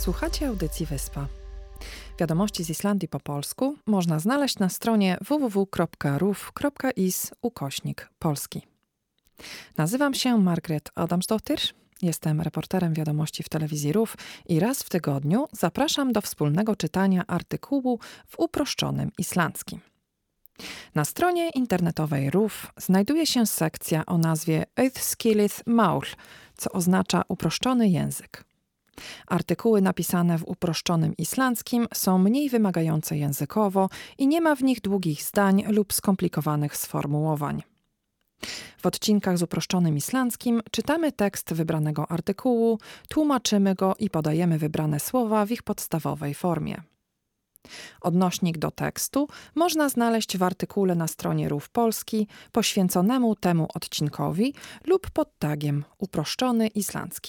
Słuchacie audycji Wyspa. Wiadomości z Islandii po polsku można znaleźć na stronie www.ruf.is/polski. Nazywam się Margaret Adamsdottir, jestem reporterem wiadomości w telewizji RUF i raz w tygodniu zapraszam do wspólnego czytania artykułu w uproszczonym islandzkim. Na stronie internetowej RUF znajduje się sekcja o nazwie Auðskilið mál, co oznacza uproszczony język. Artykuły napisane w uproszczonym islandzkim są mniej wymagające językowo i nie ma w nich długich zdań lub skomplikowanych sformułowań. W odcinkach z uproszczonym islandzkim czytamy tekst wybranego artykułu, tłumaczymy go i podajemy wybrane słowa w ich podstawowej formie. Odnośnik do tekstu można znaleźć w artykule na stronie RUF Polski poświęconemu temu odcinkowi lub pod tagiem uproszczony islandzki.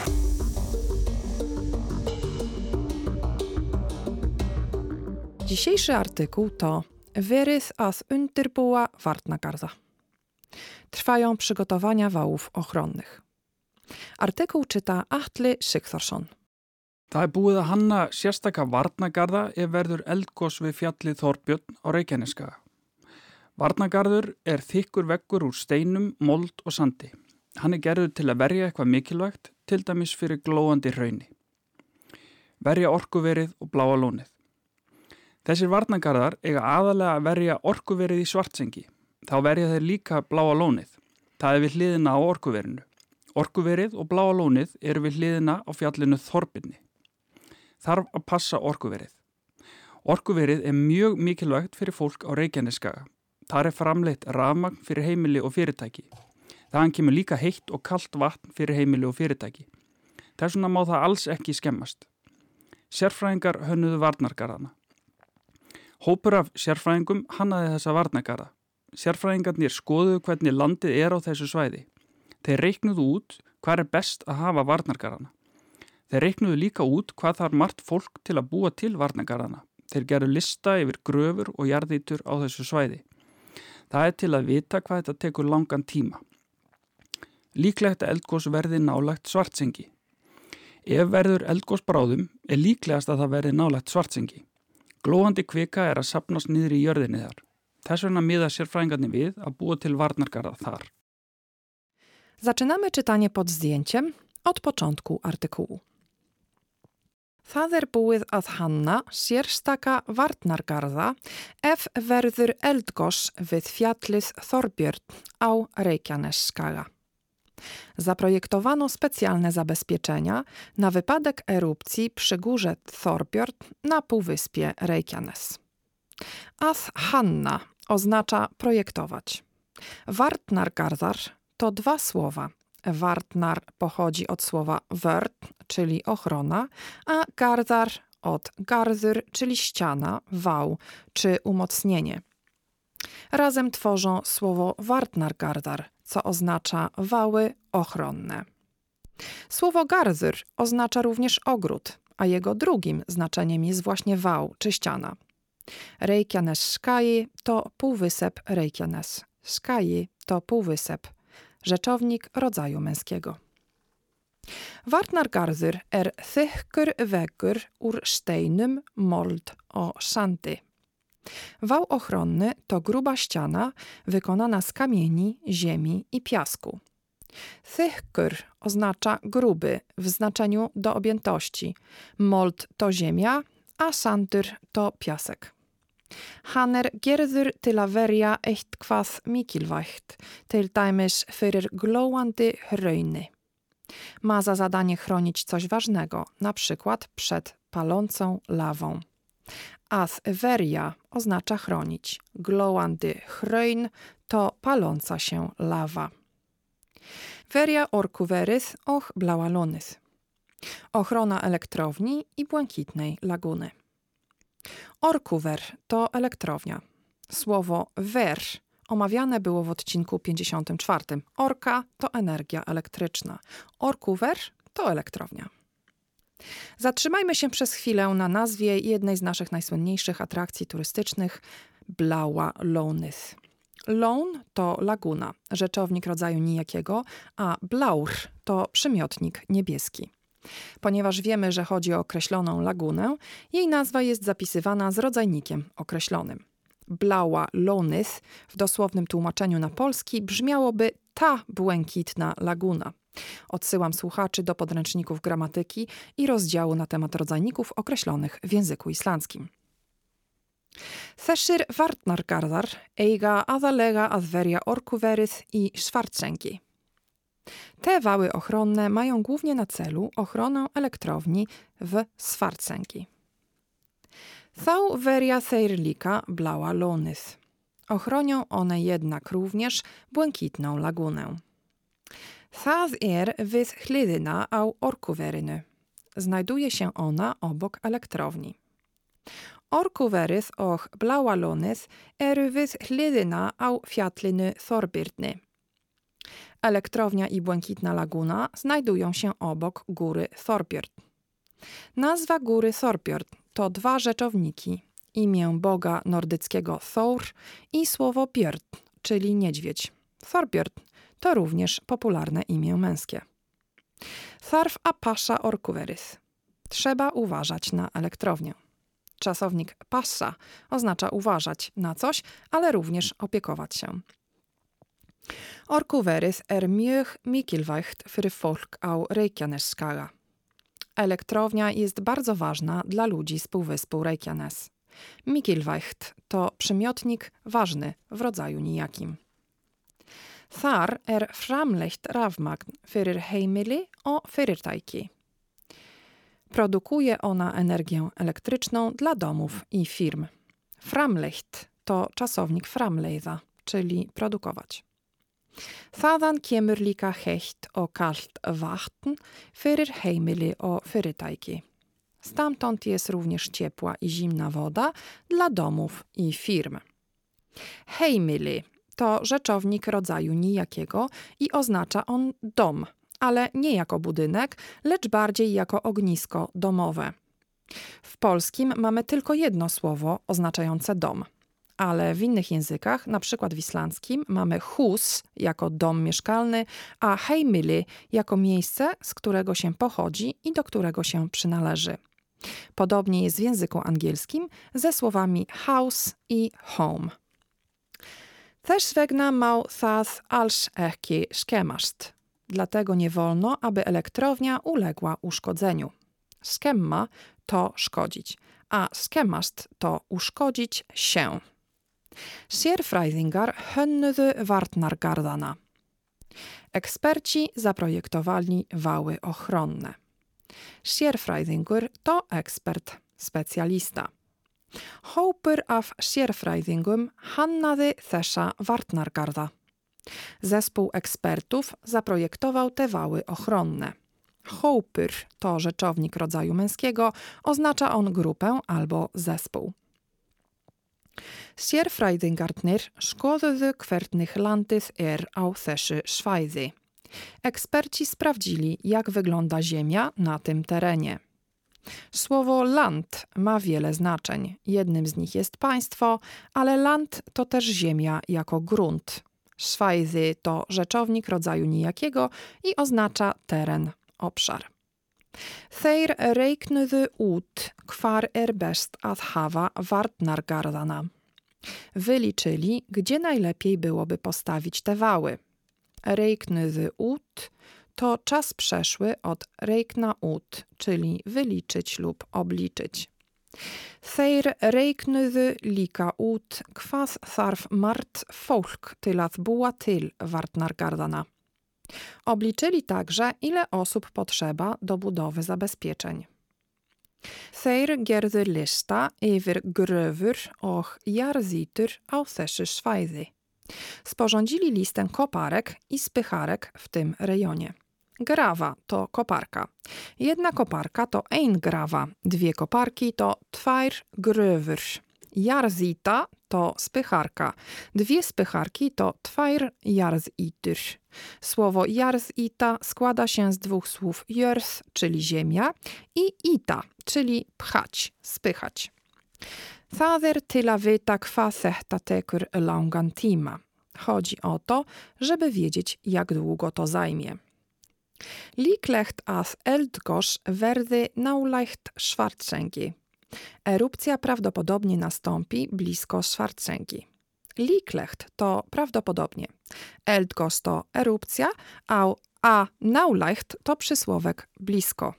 Dzisiejszy artykuł to Verið að undirbúa varnargarða. Trwają przygotowania wałów ochronnych. Artykuł czyta Atli Sigþórsson. Það búið að hanna sérstaka varnargarða verður eldgos við fjallið Þorbjörn á Reykjanesskaga. Varnargarður þykkur veggur úr steinum, mold og sandi. Hann gerður til að verja eitthvað mikilvægt, til dæmis fyrir glóandi hrauni. Verja orkuverið og bláa lónið. Þessir varnargarðar aðalega að verja orkuverið í Svartsengi. Þá verja þeir líka bláa lónið. Það við hliðina á orkuverinu. Orkuverið og bláa lónið við hliðina á fjallinu Þorbirni. Þarf að passa orkuverið. Orkuverið mjög mikilvægt fyrir fólk á Reykjanesskaga. Þar framleitt rafmagn fyrir heimili og fyrirtæki. Þaðan kemur líka heitt og kalt vatn fyrir heimili og fyrirtæki. Þess vegna má það alls ekki skemmast. Sérfræðingar hönnuðu varnargarðana. Hópur af sérfræðingum hannaði þessa varnargarða. Sérfræðingarnir skoðuðu hvernig landið á þessu svæði. Þeir reiknuðu út hvað best að hafa varnargarðana. Þeir reiknuðu líka út hvað þarf margt fólk til að búa til varnargarðana. Þeir gerðu lista yfir gröfur og jarðýtur á þessu svæði. Það til að vita hvað þetta tekur langan tíma. Líklegt að eldgos verði nálægt Svartsengi. Ef verður eldgos bráðum líklegast að það verði nálægt Svartsengi. Glóandi kvika að safnast niður í jörðinni þar. Þess vegna miða sérfræðingarnir við að búa til varnargarða þar. Zaczynamy czytanie pod zdjęciem od początku artykułu. Það búið að hanna sérstaka varnargarða ef verður eldgos við fjallið Þorbjörn á Reykjanesskaga. Zaprojektowano specjalne zabezpieczenia na wypadek erupcji przy górze Þorbjörn na półwyspie Reykjanes. Að hanna oznacza projektować. Varnargarðar to dwa słowa. Varnar pochodzi od słowa vörn, czyli ochrona, a garðar od garður, czyli ściana, wał czy umocnienie. Razem tworzą słowo varnargarðar, co oznacza wały ochronne. Słowo garður oznacza również ogród, a jego drugim znaczeniem jest właśnie wał czy ściana. Reykjanesskagi to półwysep Reykjanes. Skagi to półwysep. Rzeczownik rodzaju męskiego. Varnargarður þykkur veggur úr steinum, mold og sandi. Wał ochronny to gruba ściana wykonana z kamieni, ziemi i piasku. Þykkur oznacza gruby w znaczeniu do objętości. Mold to ziemia, a sandur to piasek. Hann gerður til að verja eitthvað mikilvægt, til dæmis fyrir glóandi hrauni. Ma za zadanie chronić coś ważnego, na przykład przed palącą lawą. Að verja oznacza chronić. Glóandi hraun to paląca się lawa. Verja orkuverið og bláa lónið. Ochrona elektrowni i błękitnej laguny. Orkuver to elektrownia. Słowo ver omawiane było w odcinku 54. Orka to energia elektryczna. Orkuver to elektrownia. Zatrzymajmy się przez chwilę na nazwie jednej z naszych najsłynniejszych atrakcji turystycznych – Bláa lónið. Lón to laguna, rzeczownik rodzaju nijakiego, a blár to przymiotnik niebieski. Ponieważ wiemy, że chodzi o określoną lagunę, jej nazwa jest zapisywana z rodzajnikiem określonym. Blauwa Lånith w dosłownym tłumaczeniu na polski brzmiałoby ta błękitna laguna. Odsyłam słuchaczy do podręczników gramatyki i rozdziału na temat rodzajników określonych w języku islandzkim. Þessir varnargarðar eiga aðallega að verja orkuverið i Svartsengi. Te wały ochronne mają głównie na celu ochronę elektrowni w Svartsengi. Þá verja þeir líka Blauwa Lónið. Ochronią one jednak również błękitną lagunę. Það við hliðina á orkuverinu. Znajduje się ona obok elektrowni. Orkuverið og Blauwa Lónið eru við hliðina á fjallinu Thorbirni. Elektrownia i błękitna laguna znajdują się obok góry Thorbjörn. Nazwa góry Thorbjörn to dwa rzeczowniki, imię boga nordyckiego Thor i słowo björn, czyli niedźwiedź. Thorbjörn to również popularne imię męskie. Þarf að passa orkuverið. Trzeba uważać na elektrownię. Czasownik passa oznacza uważać na coś, ale również opiekować się. Orkuverið mjög mikilvægt fyrir fólk á Reykjanesskaga. Elektrownia jest bardzo ważna dla ludzi z półwyspu Reykjanes. Mikilvægt to przymiotnik ważny w rodzaju nijakim. Þar framleitt rafmagn fyrir heimili og fyrirtæki. Produkuje ona energię elektryczną dla domów i firm. Framleitt to czasownik framleiða, czyli produkować. Þaðan kemur líka heitt og kalt vatn fyrir heimili og fyrirtæki. Stamtąd jest również ciepła i zimna woda dla domów i firm. Heimili to rzeczownik rodzaju nijakiego i oznacza on dom, ale nie jako budynek, lecz bardziej jako ognisko domowe. W polskim mamy tylko jedno słowo oznaczające dom, ale w innych językach, na przykład w islandzkim, mamy hus jako dom mieszkalny, a heimili jako miejsce, z którego się pochodzi i do którego się przynależy. Podobnie jest w języku angielskim ze słowami house i home. Þess vegna má það alls ekki skemmast. Dlatego nie wolno, aby elektrownia uległa uszkodzeniu. Skemma to szkodzić, a skemmast to uszkodzić się. Sérfræðingar hönnuðu varnargarðana. Eksperci zaprojektowali wały ochronne. Sérfræðingur to ekspert, specjalista. Hópur af sérfræðingum hannaði þessa varnargarða. Zespół ekspertów zaprojektował te wały ochronne. Hópur to rzeczownik rodzaju męskiego, oznacza on grupę albo zespół. Sérfræðingarnir skoðuðu hvernig landið á þessu svæði. Eksperci sprawdzili, jak wygląda ziemia na tym terenie. Słowo land ma wiele znaczeń. Jednym z nich jest państwo, ale land to też ziemia jako grunt. Svæði to rzeczownik rodzaju nijakiego i oznacza teren, obszar. Þeir reiknuðu út hvar best að hafa varnargarðana. Wyliczyli, gdzie najlepiej byłoby postawić te wały. Reiknuðu út to czas przeszły od reikna út, czyli wyliczyć lub obliczyć. Þeir reiknuðu líka út hvað þarf margt fólk til að búa til varnargarðana. Obliczyli także, ile osób potrzeba do budowy zabezpieczeń. Þeir gerðu lista yfir gröfur og jarðýtur á þessu svæði. Sporządzili listę koparek i spycharek w tym rejonie. Grawa to koparka. Jedna koparka to ein grawa, dwie koparki to tvær gröfur. Jarðýta to spycharka. Dwie spycharki to tvær jarðýtur. Słowo jarðýta składa się z dwóch słów jörð, czyli ziemia, i ita, czyli pchać, spychać. Það til að vita hvað þetta tekur langan tíma. Chodzi o to, żeby wiedzieć, jak długo to zajmie. Liklecht as eldgoss verdy nauleicht Schwarzengi. Erupcja prawdopodobnie nastąpi blisko Schwarzengi. Liklecht to prawdopodobnie. Eldgoss to erupcja, a nauleicht to przysłowek blisko.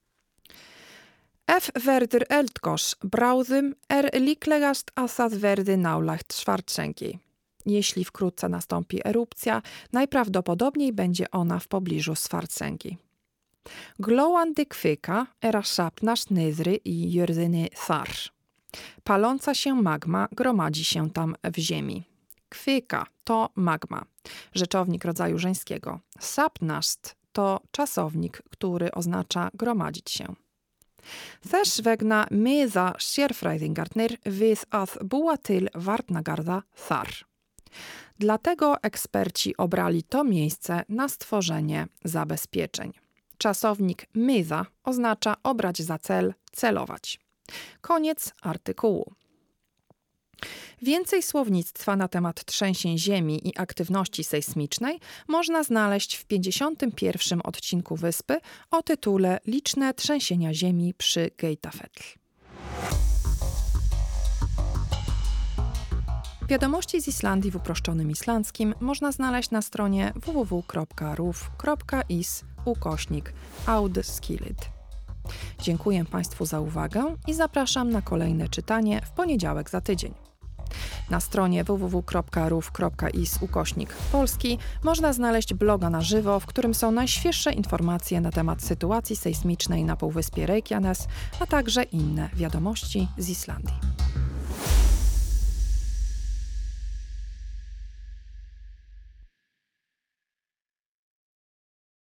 Verder eldgoss braudum liklegast asas verdy nauleicht Schwarzengi. Jeśli wkrótce nastąpi erupcja, najprawdopodobniej będzie ona w pobliżu Schwarzengi. Glowande kwyka era szapnasz nyzry i jörzyny thar. Paląca się magma gromadzi się tam w ziemi. Kwyka to magma, rzeczownik rodzaju żeńskiego. Sapnast to czasownik, który oznacza gromadzić się. Też wegna meza sierfreidingartner vis as bua til Vartnagarda thar. Dlatego eksperci obrali to miejsce na stworzenie zabezpieczeń. Czasownik myza oznacza obrać za cel, celować. Koniec artykułu. Więcej słownictwa na temat trzęsień ziemi i aktywności sejsmicznej można znaleźć w 51. odcinku Wyspy o tytule Liczne trzęsienia ziemi przy Geitafell. Wiadomości z Islandii w uproszczonym islandzkim można znaleźć na stronie www.ruf.is/audskilid. Dziękuję Państwu za uwagę i zapraszam na kolejne czytanie w poniedziałek za tydzień. Na stronie www.ruf.is/polski można znaleźć bloga na żywo, w którym są najświeższe informacje na temat sytuacji sejsmicznej na Półwyspie Reykjanes, a także inne wiadomości z Islandii.